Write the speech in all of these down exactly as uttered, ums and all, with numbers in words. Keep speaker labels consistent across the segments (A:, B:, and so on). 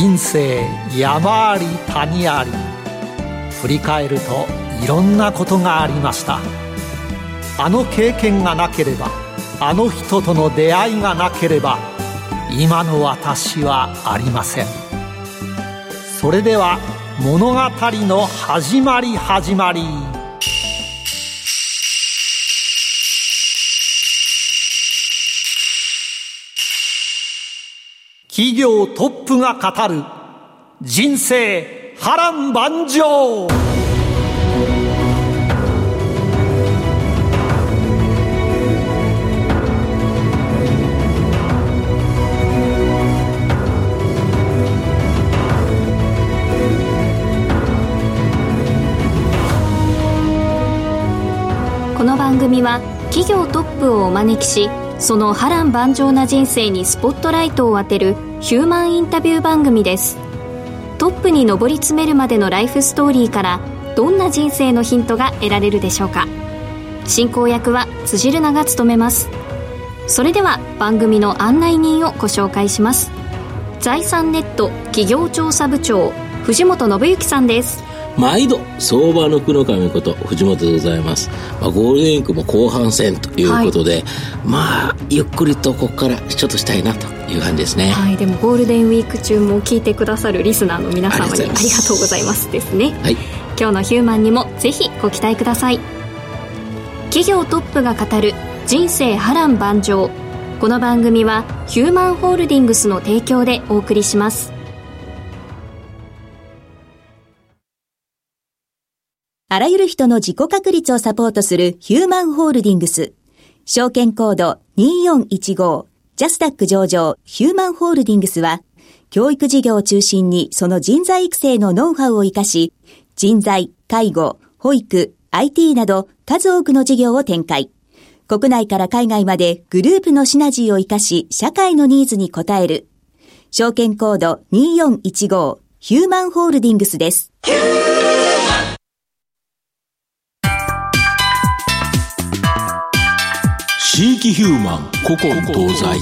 A: 人生山あり谷あり、振り返るといろんなことがありました。あの経験がなければ、あの人との出会いがなければ、今の私はありません。それでは物語の始まり始まり。企業トップが語る人生波乱万丈。
B: この番組は企業トップをお招きし、その波乱万丈な人生にスポットライトを当てるヒューマンインタビュー番組です。トップに上り詰めるまでのライフストーリーからどんな人生のヒントが得られるでしょうか。進行役は辻るなが務めます。それでは番組の案内人をご紹介します。財産ネット企業調査部長、藤本信之さんです。
C: 毎度相場の福の神こと藤本でございます。まあ、ゴールデンウィークも後半戦ということで、はい、まあゆっくりとここからちょっとしたいなという感じですね。
B: はい、でもゴールデンウィーク中も聞いてくださるリスナーの皆様にありがとうございますですね。はい、今日のヒューマンにもぜひご期待ください。企業トップが語る人生波乱万丈。この番組はヒューマンホールディングスの提供でお送りします。
D: あらゆる人の自己確立をサポートするヒューマンホールディングス。証券コードにーよんいちご、ジャスダック上場ヒューマンホールディングスは、教育事業を中心にその人材育成のノウハウを生かし、人材、介護、保育、アイティー など数多くの事業を展開。国内から海外までグループのシナジーを生かし、社会のニーズに応える。証券コードにーよんいちご、ヒューマンホールディングスです。
C: 地域ヒューマン古今東西。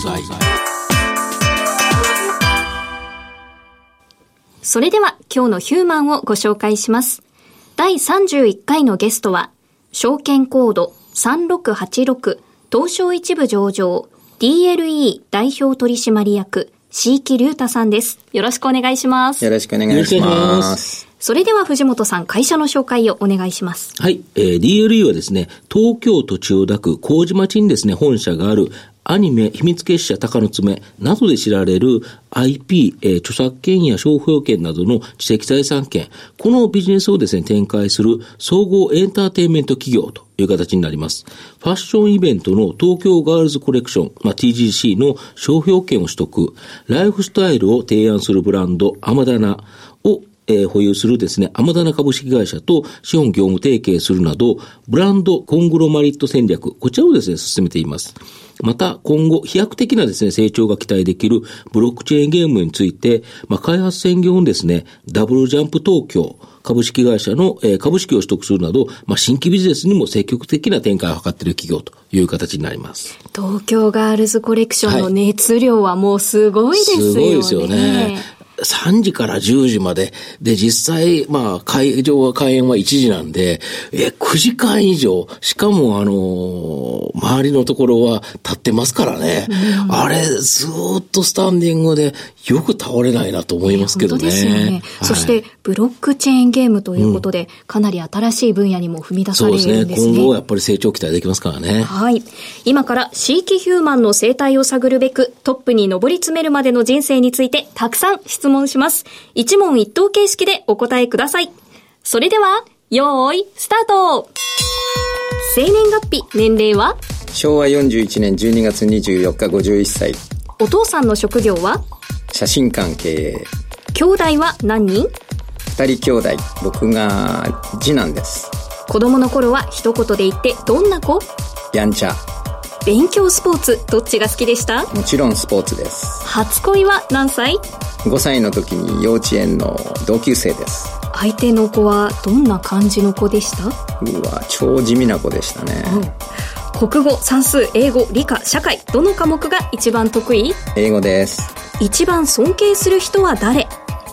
B: それでは今日のヒューマンをご紹介します。だいさんじゅういっかいのゲストは証券コードさんろくはちろく東証一部上場 ディーエルイー 代表取締役椎木隆太さんです。よろしくお願いします。
E: よろしくお願いします。
B: それでは藤本さん、会社の紹介をお願いします。
C: はい、えー、ディーエルイー はですね、東京都千代田区麹町にですね、本社があるアニメ、秘密結社鷹の爪などで知られる アイピー、えー、著作権や商標権などの知的財産権、このビジネスをですね、展開する総合エンターテインメント企業という形になります。ファッションイベントの東京ガールズコレクション、まあ、ティージーシー の商標権を取得、ライフスタイルを提案するブランド、アマダナをえー、保有するですね、アマダナ株式会社と資本業務提携するなど、ブランドコングロマリット戦略、こちらをですね、進めています。また、今後、飛躍的なですね、成長が期待できるブロックチェーンゲームについて、まあ、開発専業のですね、ダブルジャンプ東京株式会社の、えー、株式を取得するなど、まあ、新規ビジネスにも積極的な展開を図っている企業という形になります。
B: 東京ガールズコレクションの熱量はもうすごいですよね。
C: すごいですよね。さんじからじゅうじまで。で、実際、まあ、会場は、開演はいちじなんで、え、くじかん以上、しかも、あの、周りのところは立ってますからね。うん、あれ、ずーっとスタンディングで、よく倒れないなと思いますけどね。
B: 本当ですよね。はい、そして、ブロックチェーンゲームということで、うん、かなり新しい分野にも踏み出されるんですね。そうですね。
C: 今後やっぱり成長期待できますからね。
B: はい。今から地域ヒューマンの生態を探るべく、トップに上り詰めるまでの人生について、たくさん質問します。一問一答形式でお答えください。それでは、よーい、スタート。生年月日、年齢は？
E: しょうわよんじゅういちねんじゅうにがつにじゅうよっか、ごじゅういっさい。
B: お父さんの職業は？
E: 写真館経営。
B: 兄弟は何人？
E: 二人兄弟、僕が次男です。
B: 子供の頃は一言で言ってどんな子？
E: やんちゃ。
B: 勉強スポーツどっちが好きでした？
E: もちろんスポーツです。
B: 初恋は何歳？
E: ごさいの時に幼稚園の同級生です。
B: 相手の子はどんな感じの子でした？
E: うわ、超地味な子でしたね。
B: うん、国語、算数、英語、理科、社会、どの科目が一番得意？
E: 英語です。
B: 一番尊敬する人は誰？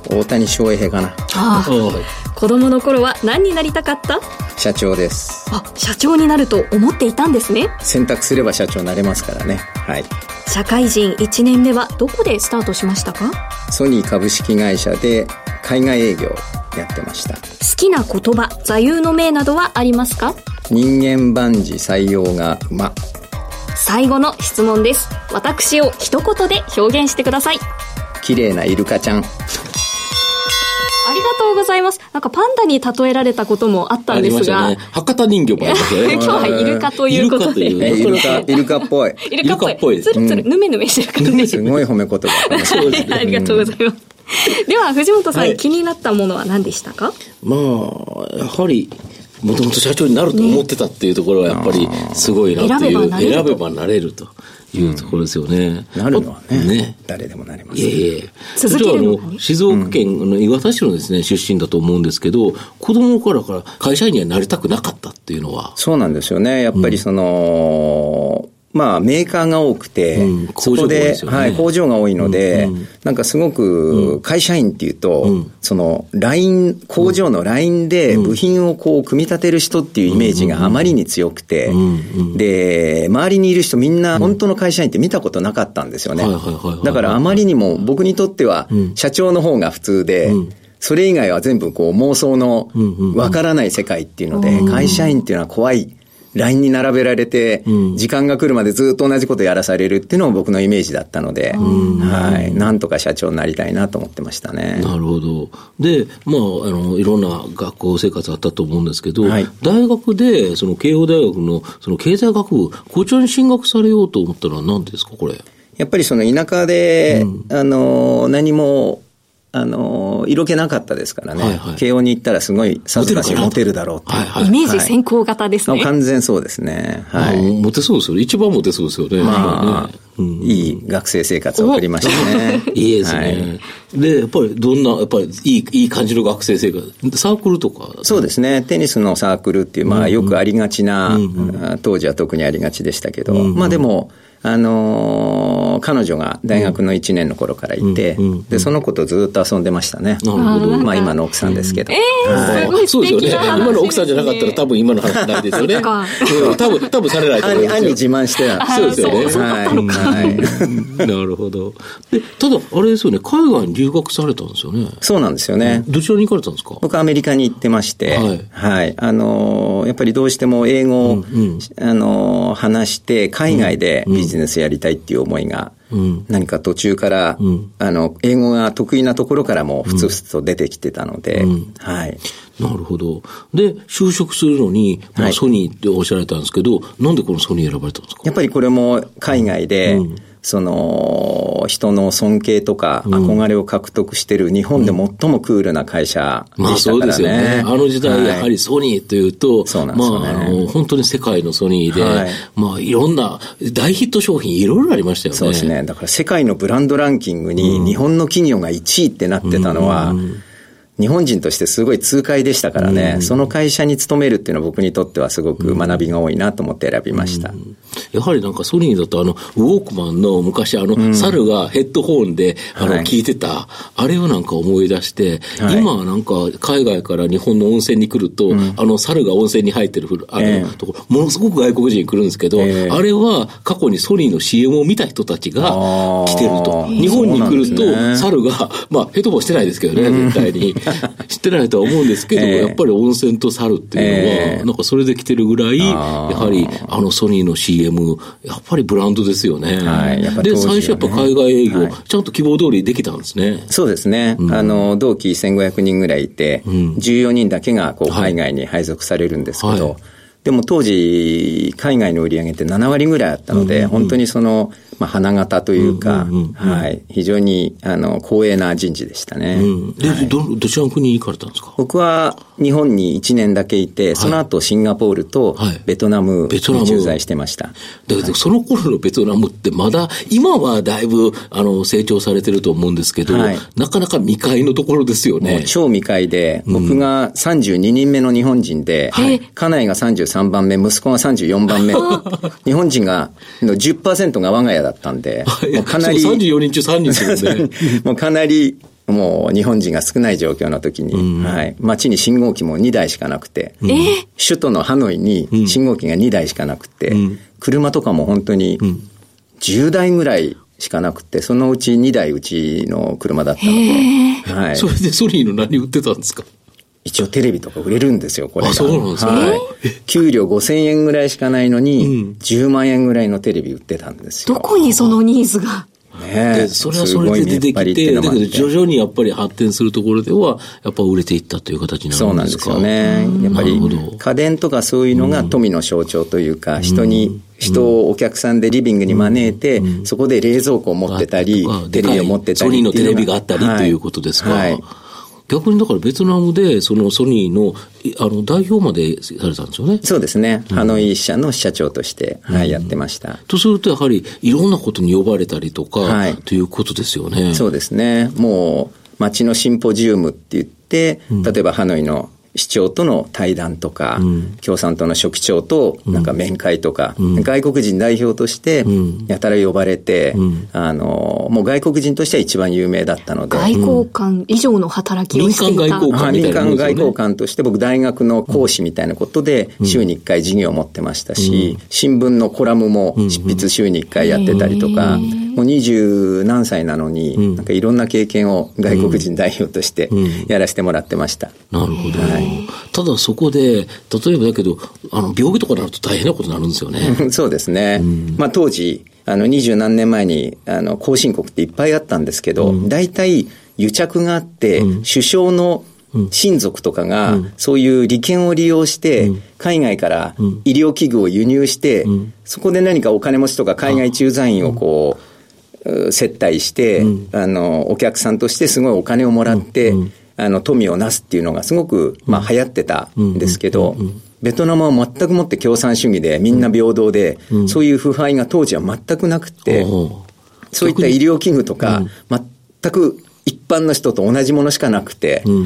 E: 大谷翔平かな。
B: ああ、子供の頃は何になりたかった？
E: 社長です。
B: あ、社長になると思っていたんですね。
E: 選択すれば社長になれますからね。はい。
B: 社会人いちねんめはどこでスタートしましたか？
E: ソニー株式会社で海外営業やってました。
B: 好きな言葉、座右の銘などはありますか？
E: 人間万事採用が馬。
B: 最後の質問です。私を一言で表現してください。
E: 綺麗なイルカちゃん。
B: ありがとうございます。なんかパンダに例えられたこともあったんですが、
C: ありましたね、博多人形もありましたね。
B: 今日はイルカということで、
E: イルカ、イルカっぽい。
B: イルカっぽい。つるつる、ぬめぬめしてる感じ。
E: すごい褒め言葉。
B: そうですね。ありがとうございます。では藤本さん、はい、気になったものは何でしたか？
C: まあやはりもともと社長になると思ってたっていうところはやっぱりすごいなっていう、ね、選べばなれるというところですよね。
E: うん、なるのは ね,
C: ね
E: 誰でもなれます、
C: ね。いえいえ。
B: 続けるのがね、
C: 静岡県の磐田市のですね、出身だと思うんですけど、子供からから会社員にはなりたくなかったっていうのは。
E: そうなんですよね。やっぱりその、うんまあ、メーカーが多くて、うん、そこで、ね、はい、工場が多いので、うん、なんかすごく会社員っていうと、うん、そのライン、工場のラインで部品をこう組み立てる人っていうイメージがあまりに強くて、うん、で、周りにいる人みんな本当の会社員って見たことなかったんですよね。だからあまりにも僕にとっては社長の方が普通で、うん、それ以外は全部こう妄想のわからない世界っていうので、会社員っていうのは怖い。ラインに並べられて、時間が来るまでずっと同じことやらされるっていうのが僕のイメージだったので、はい、なんとか社長になりたいなと思ってましたね。
C: なるほど。で、まあ、あの、いろんな学校生活あったと思うんですけど、はい、大学で、その慶応大学のその経済学部、こちらに進学されようと思ったのは何ですか、これ。
E: やっぱりその田舎で、うん、あの、何も、あの、色気なかったですからね。はいはい、慶応に行ったらすごいさぞかしモテるだろうって、
B: はいはい、イメージ先行型ですね。
E: 完全そうですね。
C: はい。モテそうですよね。一番モテそうですよね。
E: まあ、うん、いい学生生活を送りましたね。
C: いいですね、はい。で、やっぱりどんな、やっぱりいい、いい感じの学生生活。サークルとか。
E: そうですね。テニスのサークルっていう、まあよくありがちな、うんうん、当時は特にありがちでしたけど、うんうん、まあでも、あのー、彼女が大学のいちねんの頃からいて、うんうんうん、でその子とずっと遊んでましたね。
C: なるほど。
E: まあ今の奥さんですけど。
B: えーはい、すごい素敵な話ですね。そうですよね。
C: 今の奥さんじゃなかったら多分今の話ないですよね。多分多分されないと思いますよ。
E: 兄に自慢してた。
C: そうですよね。
B: そうだったのか。はい
C: はい、なるほど。でただあれですよね。海外に留学されたんですよね。
E: そうなんですよね。
C: どちらに行かれたんですか。
E: 僕はアメリカに行ってまして、はい、はい、あのー、やっぱりどうしても英語を、うんうん、あのー、話して海外でビジネスやりたいっていう思いが、うん、何か途中から、うん、あの英語が得意なところからもふつふつと出てきてたので、うん、はい。
C: なるほど。で就職するのに、まあはい、ソニーっておっしゃられたんですけど、なんでこのソニー選ばれたんですか。
E: やっぱりこれも海外で、うん、その人の尊敬とか憧れを獲得している日本で最もクールな会社でしたからね。まあそうですよね。
C: あの時代やはりソニーというと、はい、まあ、あの本当に世界のソニーで、はい、まあいろんな大ヒット商品いろいろありましたよね。
E: そうですね。だから世界のブランドランキングに日本の企業がいちいってなってたのは、うんうん、日本人としてすごい痛快でしたからね、うん、その会社に勤めるっていうのは僕にとってはすごく学びが多いなと思って選びました、うん、
C: やはりなんかソニーだとあのウォークマンの昔あの、うん、猿がヘッドホンであの聞いてた、はい、あれをなんか思い出して、はい、今なんか海外から日本の温泉に来ると、うん、あの猿が温泉に入ってるあの、えー、ところものすごく外国人来るんですけど、えー、あれは過去にソニーの シーエム を見た人たちが来てると。日本に来ると、ね、猿がまあヘッドホンしてないですけどね、絶対に知ってないとは思うんですけど、えー、やっぱり温泉と猿っていうのは、えー、なんかそれで来てるぐらい、やはりあのソニーの シーエム、やっぱりブランドですよね。はい、やっぱり当時はね、で、最初やっぱ海外営業、はい、ちゃんと希望通りできたんですね。
E: そうですね。うん、あの、同期せんごひゃくにんぐらいいて、うん、じゅうよにんだけがこう海外に配属されるんですけど、はいはい、でも当時、海外の売り上げってななわりぐらいあったので、うんうん、本当にその、まあ、花形というか、うんうんうん、はい、非常にあの光栄な人事でしたね。うん、
C: で、はい、ど、どちらの国に行かれたんですか。
E: 僕は日本にいちねんだけいて、はい、その後シンガポールとベトナムに駐在してました。
C: だけど、その頃のベトナムってまだ、今はだいぶあの成長されてると思うんですけど、はい、なかなか未開のところですよね。
E: 超未開で、僕がさんじゅうににんめの日本人で、うん、家内がさんじゅうさんばんめ、息子がさんじゅうよんばんめ、日本人がの じゅっパーセント が我が家だったんで、もうかなり
C: さんじゅうよにん中さんにんですよね。
E: もうかなりもう日本人が少ない状況の時に、うん、はい、街に信号機もにだいしかなくて、うん、首都のハノイに信号機がにだいしかなくて、うん、車とかも本当にじゅうだいぐらいしかなくて、そのうちにだいうちの車だったので、はい、
C: それでソニーの何売ってたんですか？
E: 一応テレビとか売れるんですよ、これが。
C: あ、そうなんですか、
E: はい、給料ごせんえんぐらいしかないのに、うん、じゅうまんえんぐらいのテレビ売ってたんですよ。
B: どこにそのニーズが？
C: ね、でそれはそれで出てきて、だけど徐々にやっぱり発展するところではやっぱ売れていったという形になるんですか？
E: そうなんですよね。やっぱり家電とかそういうのが富の象徴というか、うん、人に人をお客さんでリビングに招いて、うん、そこで冷蔵庫を持ってたり、うん、テレビを持ってたり、
C: ソニーのテレビがあったり、はい、ということですか？はい、逆にだからベトナムでそのソニーのあの代表までされたんですよね。
E: そうですね、うん、ハノイ支社の支社長として、はい、うん、やってました。
C: とするとやはりいろんなことに呼ばれたりとか、はい、ということですよね。
E: そうですね。もう街のシンポジウムって言って、うん、例えばハノイの市長との対談とか、うん、共産党の書記長となんか面会とか、うん、外国人代表としてやたら呼ばれて、うん、あのもう外国人としては一番有名だったので、
B: 外交官以上の働きをしていた、
C: 民間外交官みたいな、ね、
E: 民間外交官として僕大学の講師みたいなことで週にいっかい授業を持ってましたし、うん、新聞のコラムも執筆週にいっかいやってたりとか、うん、もう二十何歳なのに、うん、なんかいろんな経験を外国人代表としてやらせてもらってました。
C: うんうん、なるほど、はい、ただそこで例えばだけどあの病気とかになると大変なことになるんですよね。
E: そうですね、うん、まあ、当時あの二十何年前にあの後進国っていっぱいあったんですけど、大体、うん、癒着があって、うん、首相の親族とかが、うん、そういう利権を利用して、うん、海外から医療器具を輸入して、うん、そこで何かお金持ちとか海外駐在員をこう、接待して、うん、あのお客さんとしてすごいお金をもらって、うんうん、あの富をなすっていうのがすごく、まあ、流行ってたんですけど、ベトナムは全くもって共産主義でみんな平等で、うん、そういう腐敗が当時は全くなくて、うん、そういった医療器具とか、うん、全く一般の人と同じものしかなくて、うん、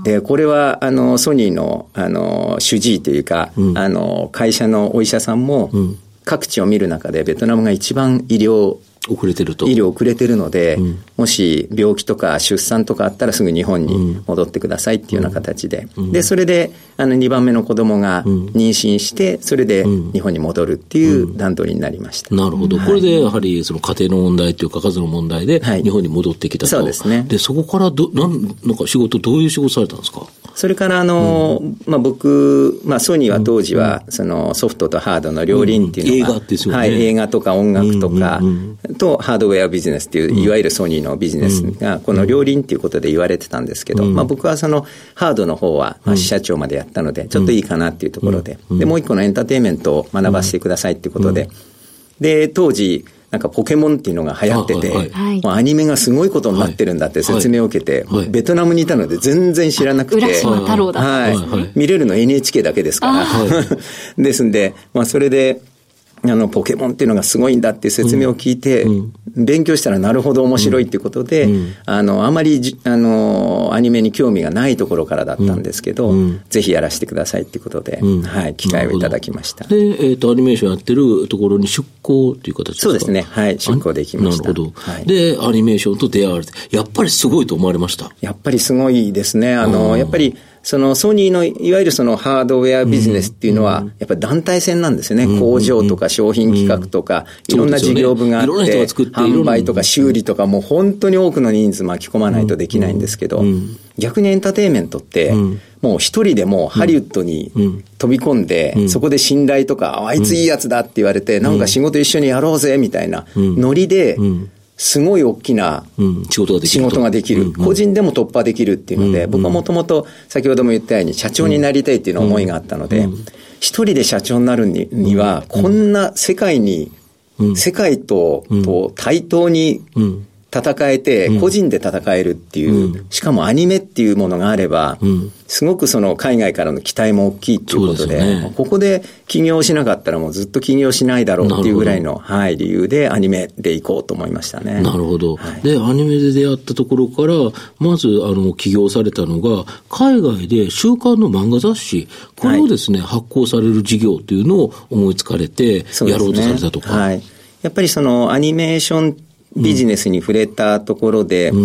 E: でこれはあのソニーの、あの主治医というか、うん、あの会社のお医者さんも、うん、各地を見る中でベトナムが一番医療
C: 遅れてると
E: 医療遅れてるので、うん、もし病気とか出産とかあったらすぐ日本に戻ってくださいっていうような形で、うん、でそれであのにばんめの子供が妊娠してそれで日本に戻るっていう段取りになりました。
C: うんうん、なるほど、はい、これでやはりその家庭の問題というか数の問題で日本に戻ってきたと、はい、そうですね。でそこからどなんなんか仕事どういう仕事されたんですか？
E: それからあの、うん、まあ、僕、まあ、ソニーは当時はそのソフトとハードの両輪っていうのが、うん、映画ですよね。はい、映画とか音楽とか、うんうん、とハードウェアビジネスっていう、いわゆるソニーのビジネスがこの両輪っていうことで言われてたんですけど、うん、まあ、僕はそのハードの方はまあ支社長までやったのでちょっといいかなっていうところで、でもう一個のエンターテインメントを学ばせてくださいっていうことで、で当時なんかポケモンっていうのが流行ってて、はいはい、もうアニメがすごいことになってるんだって説明を受けて、はいはい、ベトナムにいたので全然知らなくて、
B: 浦島太郎だ、
E: はいはい、見れるの エヌエイチケー だけですから、ですんで、まあ、それであのポケモンっていうのがすごいんだっていう説明を聞いて、うんうん、勉強したらなるほど面白いっていうことで、うん、あのあまりあのアニメに興味がないところからだったんですけど、うん、ぜひやらせてくださいっていうことで、うん、はい、機会をいただきました。
C: で、えーと、アニメーションやってるところに出向という形ですか？
E: そうですね、はい、出向できました。
C: なるほど、
E: はい、
C: でアニメーションと出会われてやっぱりすごいと思われました？
E: やっぱりすごいですね。あのやっぱりそのソニーのいわゆるそのハードウェアビジネスっていうのはやっぱり団体戦なんですよね、うん、工場とか商品企画とかいろんな事業部があって、ね、販売とか修理とかもう本当に多くの人数巻き込まないとできないんですけど、うんうん、逆にエンターテインメントってもう一人でもハリウッドに飛び込んで、うん、そこで信頼とかあいついいやつだって言われて、うん、なんか仕事一緒にやろうぜみたいなノリですごい大きな仕事ができる、仕事ができる、個人でも突破できるっていうので、僕はもともと先ほども言ったように社長になりたいっていうの思いがあったので、一人で社長になるにはこんな世界に、世界と対等に戦えて、個人で戦えるっていう、しかもアニメっていうものがあれば、すごくその海外からの期待も大きいっていうことで、ね、ここで起業しなかったらもうずっと起業しないだろうっていうぐらいの、はい、理由でアニメで行こうと思いましたね。
C: なるほど。はい、で、アニメで出会ったところから、まずあの起業されたのが、海外で週刊の漫画雑誌、これをですね、はい、発行される事業というのを思いつかれて、やろうとされたとか。
E: はい。やっぱりそのアニメーションビジネスに触れたところで、うん、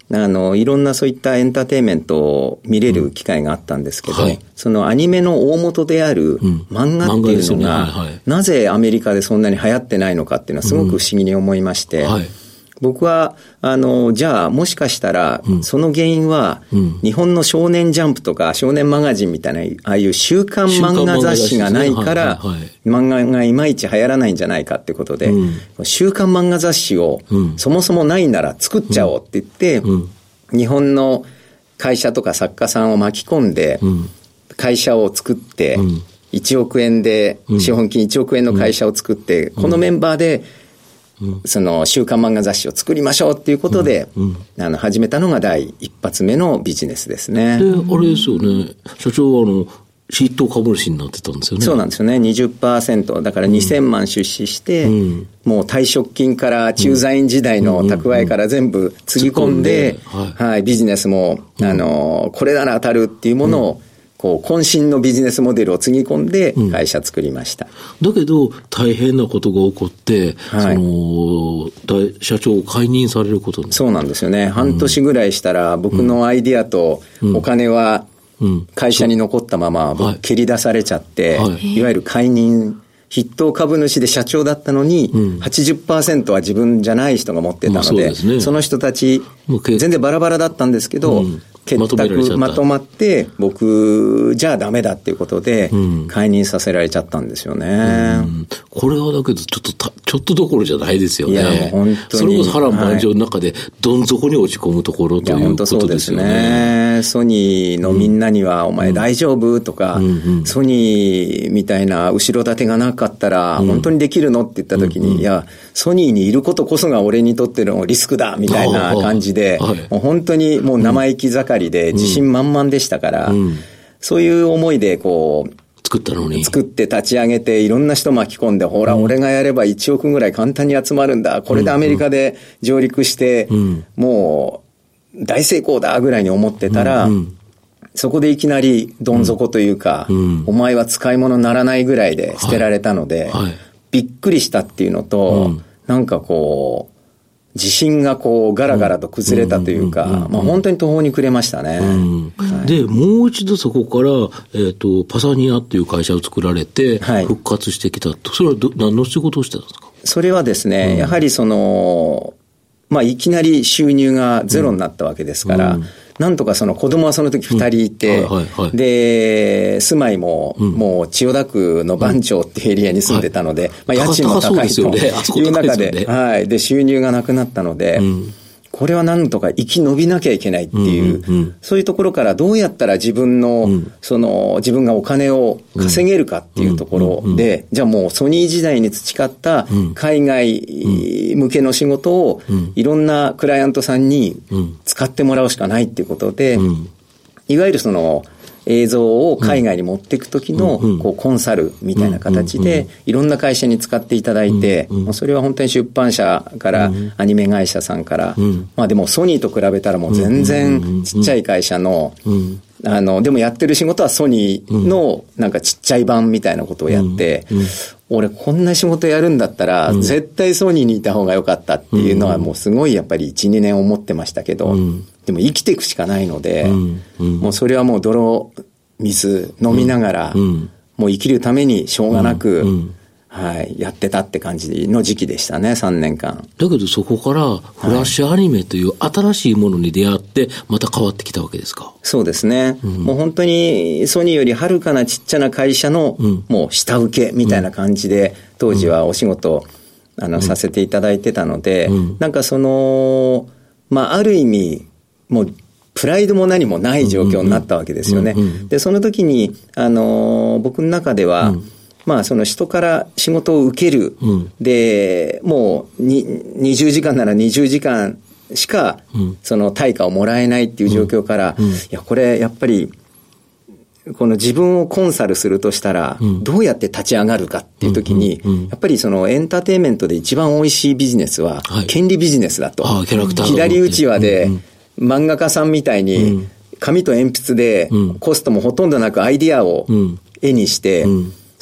E: あの、いろんなそういったエンターテインメントを見れる機会があったんですけど、うんはい、そのアニメの大元である漫画っていうのが、うんねはいはい、なぜアメリカでそんなに流行ってないのかっていうのはすごく不思議に思いまして、うんはい、僕は、あの、じゃあもしかしたら、その原因は、うん、日本の少年ジャンプとか少年マガジンみたいな、ああいう週刊漫画雑誌がないから、はいはいはい、漫画がいまいち流行らないんじゃないかってことで、うん、週刊漫画雑誌を、うん、そもそもないなら作っちゃおうって言って、うんうん、日本の会社とか作家さんを巻き込んで、うん、会社を作って、うん、いちおくえんで、資本金いちおくえんの会社を作って、うん、このメンバーで、その週刊漫画雑誌を作りましょうっていうことで、うんうん、あの始めたのが第一発目のビジネスですね。
C: で、あれですよね、社長はあの筆頭株主になってたんですよね。
E: そうなんですよね。にじゅっパーセント だからにせんまん出資して、うん、もう退職金から駐在員時代の蓄えから全部つぎ込んで、はいはい、ビジネスも、うん、あのこれなら当たるっていうものを、うんこう渾身のビジネスモデルをつぎ込んで会社作りました、
C: うん、だけど大変なことが起こって、はい、その社長を解任されることになる。
E: そうなんですよね。半年ぐらいしたら僕のアイディアとお金は会社に残ったまま僕蹴り出されちゃって、はいはい、いわゆる解任筆頭株主で社長だったのに、うん、はちじゅっパーセント は自分じゃない人が持ってたの で,、まあ そうですね、その人たち全然バラバラだったんですけど、うん結託まとまって僕じゃあダメだっていうことで解任させられちゃったんですよね、うん、
C: これはだけどちょっとたちょっとどころじゃないですよね。
E: いやもう本当に
C: それこそ波乱万丈の中でどん底に落ち込むところということですよね。いや本当そうですね。
E: ソニーのみんなには、うん、お前大丈夫とか、うんうん、ソニーみたいな後ろ盾がなかったら本当にできるのって言った時に、うんうん、いやソニーにいることこそが俺にとってのリスクだみたいな感じで、はい、もう本当にもう生意気盛りで自信満々でしたから、うん、そういう思いでこう
C: 作ったのに
E: 作って立ち上げていろんな人巻き込んで、ほら、うん、俺がやればいちおくぐらい簡単に集まるんだ、これでアメリカで上陸して、うん、もう大成功だぐらいに思ってたら、うんうん、そこでいきなりどん底というか、うん、お前は使い物にならないぐらいで捨てられたので、はいはい、びっくりしたっていうのと、うん、なんかこう自信がこうガラガラと崩れたというか、まあ本当に途方に暮れましたね、うん
C: はい、でもう一度そこから、えーと、パサニアっていう会社を作られて復活してきたと、はい、それはど何の仕事をしてたんですか？
E: それはですね、うん、やはりそのまあいきなり収入がゼロになったわけですから、うんうん、なんとかその子供はその時ふたりいて、うんはいはいはい、で住まいも、うん、もう千代田区の番町っていうエリアに住んでたので、うんはいまあ、家賃も高いという中で、ねはい、で収入がなくなったので、うん、これはなんとか生き延びなきゃいけないっていう、うんうんうん、そういうところからどうやったら自分の、うん、その自分がお金を稼げるかっていうところで、うんうんうん、じゃあもうソニー時代に培った海外向けの仕事をいろんなクライアントさんに使ってもらうしかないっていうことで、うん、いわゆるその映像を海外に持っていくときのこうコンサルみたいな形でいろんな会社に使っていただいて、もうそれは本当に出版社からアニメ会社さんから、まあでもソニーと比べたらもう全然ちっちゃい会社のあのでもやってる仕事はソニーのなんかちっちゃい版みたいなことをやって、俺こんな仕事やるんだったら絶対ソニーにいた方が良かったっていうのはもうすごいやっぱりいち、にねん思ってましたけど、でも生きていくしかないので、うんうん、もうそれはもう泥水飲みながら、うんうん、もう生きるためにしょうがなく、うんうんはい、やってたって感じの時期でしたね、さんねんかん。
C: だけどそこからフラッシュアニメという新しいものに出会ってまた変わってきたわけですか？
E: そうですね、うん、もう本当にソニーよりはるかなちっちゃな会社の、うん、もう下請けみたいな感じで、うん、当時はお仕事、うん、あのさせていただいてたので、うん、なんかそのまあある意味もうプライドも何もない状況になったわけですよね。でその時にあの僕の中では、うんまあその人から仕事を受ける、うん、でもうににじゅうじかんならにじゅうじかんしかその対価をもらえないっていう状況から、うんうん、いやこれやっぱりこの自分をコンサルするとしたらどうやって立ち上がるかっていう時に、やっぱりそのエンターテインメントで一番美味しいビジネスは権利ビジネスだと、はい、左うちわで漫画家さんみたいに紙と鉛筆でコストもほとんどなくアイディアを絵にして、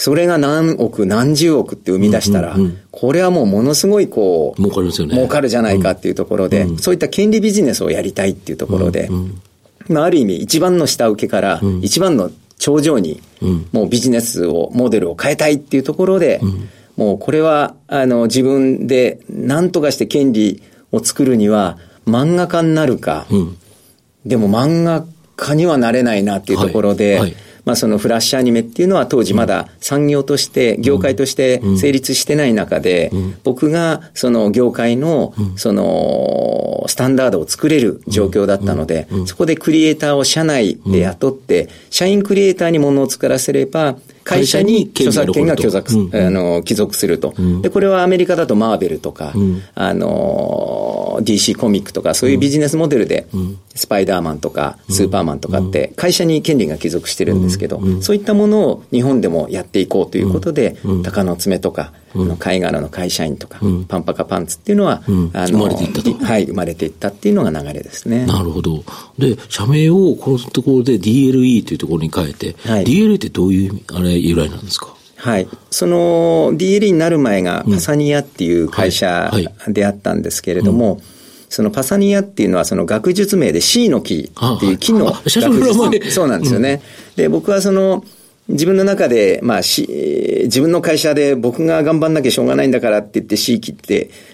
E: それが何億何十億って生み出したら、うんうんうん、これはもうものすごいこう
C: 儲かりますよね。
E: 儲かるじゃないかっていうところで、うん、そういった権利ビジネスをやりたいっていうところで、うんうんまあ、ある意味一番の下請けから一番の頂上にもうビジネスをモデルを変えたいっていうところで、うん、もうこれはあの自分で何とかして権利を作るには漫画家になるか、うん、でも漫画家にはなれないなっていうところで、はいはいまあ、そのフラッシュアニメっていうのは当時まだ産業として、業界として成立してない中で、僕がその業界のそのスタンダードを作れる状況だったので、そこでクリエイターを社内で雇って、社員クリエイターにものを作らせれば、会社に著作権が帰属、うん、あの帰属すると、うん、でこれはアメリカだとマーベルとか、うん、あの ディーシー コミックとかそういうビジネスモデルで、うん、スパイダーマンとかスーパーマンとかって会社に権利が帰属してるんですけど、うん、そういったものを日本でもやっていこうということで、うん、鷹の爪とか、うん、あの貝殻の会社員とか、うん、パンパカパンツっていうのは、うん、あの生まれていったと、はい、生まれていったっていうのが流れですね。
C: なるほど。で社名をこのところで ディーエルイー というところに変えて、はい、ディーエルイー ってどういうあれ由来なんですか？
E: はい。その ディーエルイー になる前がパサニアっていう会社であったんですけれども、うんはいはいうん、そのパサニアっていうのはその学術名で C の木っていう木の学術名。そうなんですよね。うん、で、僕はその自分の中で、まあ、C、自分の会社で僕が頑張んなきゃしょうがないんだからって言って C 木って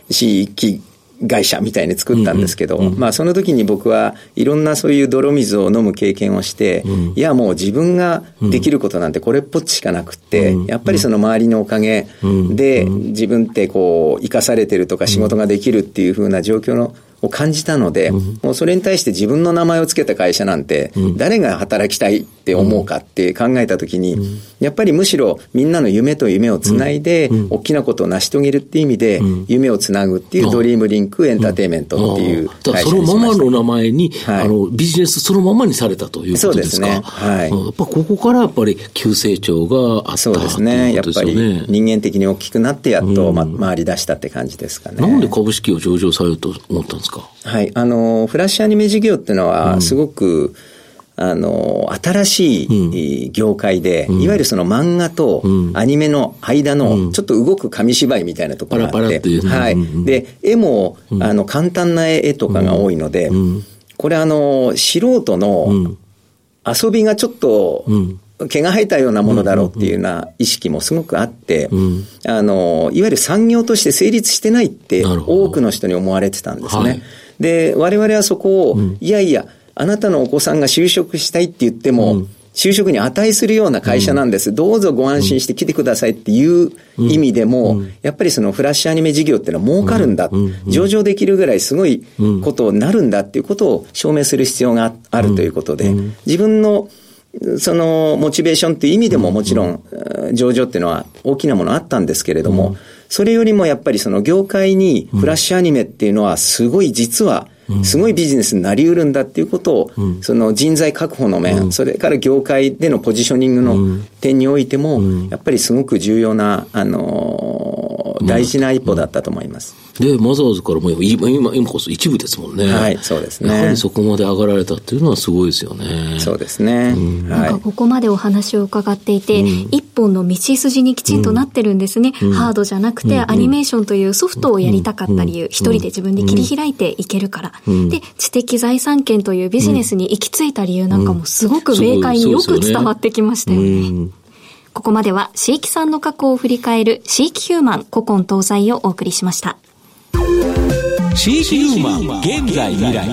E: 、C 木会社みたいに作ったんですけど、うんうん、まあその時に僕はいろんなそういう泥水を飲む経験をして、うん、いやもう自分ができることなんてこれっぽっちしかなくって、うん、やっぱりその周りのおかげで自分ってこう生かされてるとか仕事ができるっていう風な状況のを感じたので、うん、もうそれに対して自分の名前を付けた会社なんて、うん、誰が働きたいって思うかって考えたときに、うん、やっぱりむしろみんなの夢と夢をつないで、うん、大きなことを成し遂げるっていう意味で、うん、夢をつなぐっていうドリームリンクエンターテインメントっていう会社にしました。
C: だからそのままの名前に、はい、あのビジネスそのままにされたということですか？そうですね。はい。やっぱここからやっぱり急成長があった
E: そうですね。やっぱり人間的に大きくなってやっと、ま、回り出したって感じですかね。
C: なんで株式を上場されると思ったんですか？
E: はい。あの、フラッシュアニメ事業っていうのは、すごく、うん、あの、新しい業界で、うん、いわゆるその漫画とアニメの間の、ちょっと動く紙芝居みたいなところがあって、パラパラっていう、はい。うん、で、絵も、あの、簡単な絵とかが多いので、うん、これあの、素人の遊びがちょっと、うん毛が生えたようなものだろうっていうような意識もすごくあって、うん、あの、いわゆる産業として成立してないって多くの人に思われてたんですね。はい、で、我々はそこを、うん、いやいや、あなたのお子さんが就職したいって言っても、うん、就職に値するような会社なんです。うん、どうぞご安心して来てくださいっていう意味でも、うん、やっぱりそのフラッシュアニメ事業っていうのは儲かるんだ、うん、上場できるぐらいすごいことになるんだっていうことを証明する必要があるということで、うん、自分のそのモチベーションっていう意味でももちろん上場っていうのは大きなものあったんですけれども、それよりもやっぱりその業界にフラッシュアニメっていうのはすごい実はすごいビジネスになり得るんだっていうことを、その人材確保の面、それから業界でのポジショニングの点においてもやっぱりすごく重要なあの大事な一歩だったと思います。
C: で、マザーズからも今、今、今こそ一部ですもんね。
E: はい、そうですね。
C: やはりそこまで上がられたっていうのはすごいですよね。
E: そうですね。うん、
B: なんかここまでお話を伺っていて、うん、一本の道筋にきちんとなってるんですね。うん、ハードじゃなくて、アニメーションというソフトをやりたかった理由、うん、一人で自分で切り開いていけるから、うん、で、知的財産権というビジネスに行き着いた理由なんかもすごく明快によく伝わってきましたよね。うんうん、ここまでは、椎木さんの過去を振り返る、椎木ヒューマン古今東西をお送りしました。
A: 椎木ヒューマン現在未来。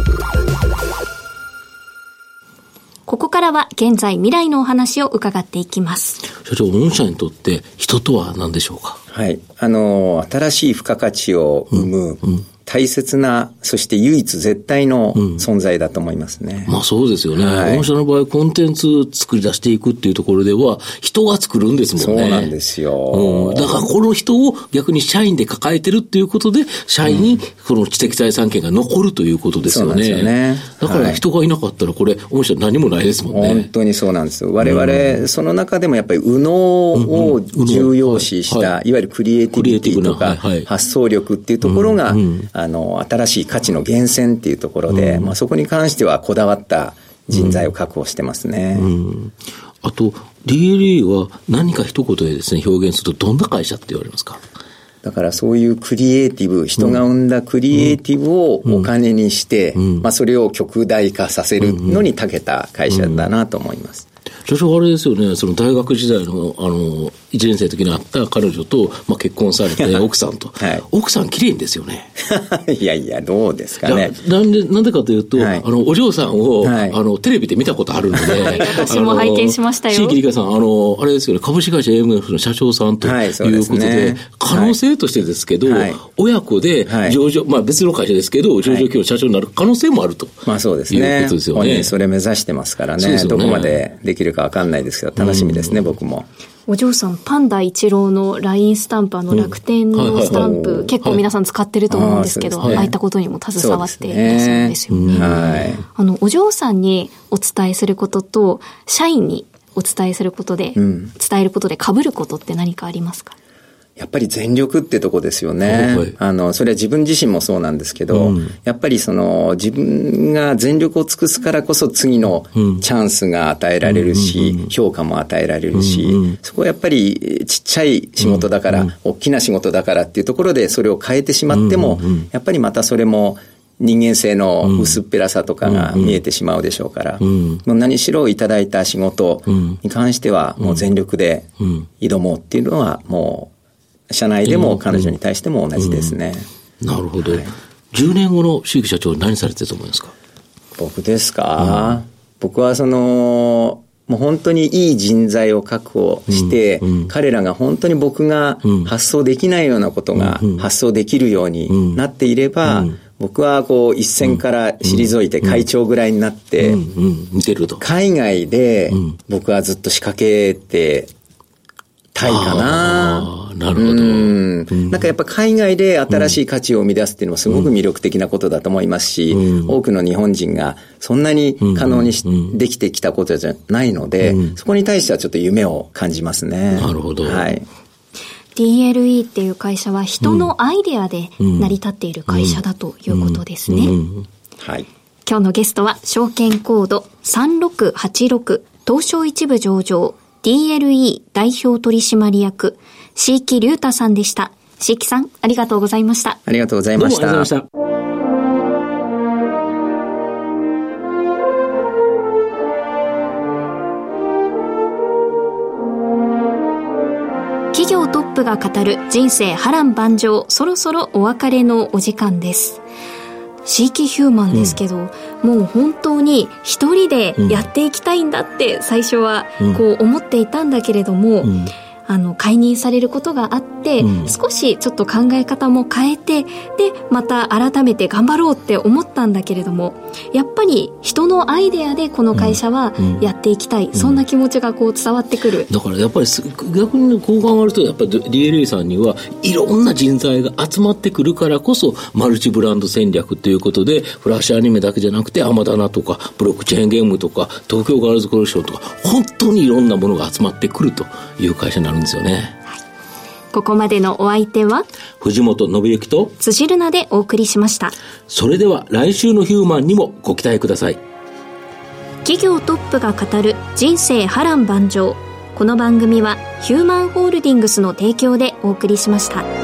B: ここからは現在未来のお話を伺っていきます。
C: 社長、御社にとって人とは何でしょうか？
E: はい。あの、新しい付加価値を生む、うんうん、大切な、そして唯一絶対の存在だと思いますね。
C: うん、まあそうですよね。はい、御社の場合、コンテンツ作り出していくっていうところでは、人が作るんですもんね。
E: そうなんですよ。
C: うん、だからこの人を逆に社員で抱えてるっていうことで、社員にこの知的財産権が残るということですよね。うん、そうなんですよね。だから人がいなかったら、これ、御社何もないですもんね。
E: 本当にそうなんです。我々、うん、その中でもやっぱり右脳を重要視した、うんうんはいはい、いわゆるクリエイティビティとか、はいはい、発想力っていうところが、うんうんあの、新しい価値の源泉っていうところで、うんまあ、そこに関してはこだわった人材を確保してますね。
C: うんうん、あと、 ディーエルイー は何か一言でですね、表現するとどんな会社って言われますか？
E: だからそういうクリエイティブ、人が生んだクリエイティブをお金にして、うんうん、まあそれを極大化させるのに長けた会社だなと思います。
C: 社長、あれですよね、その大学時代の、あの、いちねん生の時に会った彼女と、まあ、結婚されて奥さんと。はい、奥さん綺麗ですよね。
E: いやいや、どうですかね。
C: なんで、なんでかというと、はい、あの、お嬢さんを、はい、あの、テレビで見たことあるので。
B: 私も拝見しましたよ。
C: 新規理香さん、あの、あれですよね、株式会社 エーエムエフ の社長さんということで、はい、でね、可能性としてですけど、はい、親子で上場、まあ別の会社ですけど、上場企業の社長になる可能性もあると。
E: まあそうですね。いうことですよね。本人それ目指してますからね。ね、どこまでできるかわかんないですけど、楽しみですね、うん、僕も。
B: お嬢さん、パンダ一郎の ライン スタンプ、あの楽天のスタンプ、うんはいはいはい、結構皆さん使ってると思うんですけど、はい、ああいったことにも携わっていらっしゃるんですよね。はい、あの、お嬢さんにお伝えすることと、社員にお伝えすることで、うん、伝えることで被ることって何かありますか？
E: やっぱり全力ってとこですよね。はい、あの、それは自分自身もそうなんですけど、うん、やっぱりその自分が全力を尽くすからこそ次のチャンスが与えられるし、うん、評価も与えられるし、うん、そこはやっぱりちっちゃい仕事だから、うん、大きな仕事だからっていうところでそれを変えてしまっても、うん、やっぱりまたそれも人間性の薄っぺらさとかが見えてしまうでしょうから、うん、もう何しろいただいた仕事に関してはもう全力で挑もうっていうのはもう社内でも彼女に対しても同じですね。
C: うんうん、なるほど。はい、じゅうねんごの椎木社長何されてると思いますか？
E: 僕ですか、うん、僕はそのもう本当にいい人材を確保して、うんうん、彼らが本当に僕が発想できないようなことが発想できるようになっていれば、うんうん、僕はこう一線から退いて会長ぐらいになって、海外で僕はずっと仕掛けてたいかな。
C: なるほど。うん。
E: なんかやっぱ海外で新しい価値を生み出すっていうのもすごく魅力的なことだと思いますし、うん、多くの日本人がそんなに可能にし、うん、できてきたことじゃないので、うん、そこに対してはちょっと夢を感じますね。
C: なるほど。はい。
B: ディーエルイー っていう会社は人のアイデアで成り立っている会社だということですね。
E: はい。
B: 今日のゲストは証券コードさんろくはちろく東証一部上場ディーエルイー 代表取締役、椎木隆太さんでした。椎木さん、ありがとうございました。
E: ありがとうございました。どうもありがとうござい
B: ました。企業トップが語る人生波乱万丈、そろそろお別れのお時間です。椎木ヒューマンですけど、うん、もう本当に一人でやっていきたいんだって最初はこう思っていたんだけれども、うんうん、あの解任されることがあって、うん、少しちょっと考え方も変えて、でまた改めて頑張ろうって思ったんだけれども、やっぱり人のアイデアでこの会社はやっていきたい、うんうん、そんな気持ちがこう伝わってくる。
C: だからやっぱり逆にこう考えると、やっぱり ディーエルイー さんにはいろんな人材が集まってくるからこそマルチブランド戦略ということで、フラッシュアニメだけじゃなくてアマダナとかブロックチェーンゲームとか東京ガールズコレクションとか、本当にいろんなものが集まってくるという会社になるんですよね。はい、
B: ここまでのお相手は
C: 藤本信之と
B: 辻るなでお送りしました。
C: それでは来週のヒューマンにもご期待ください。
B: 企業トップが語る人生波乱万丈。この番組はヒューマンホールディングスの提供でお送りしました。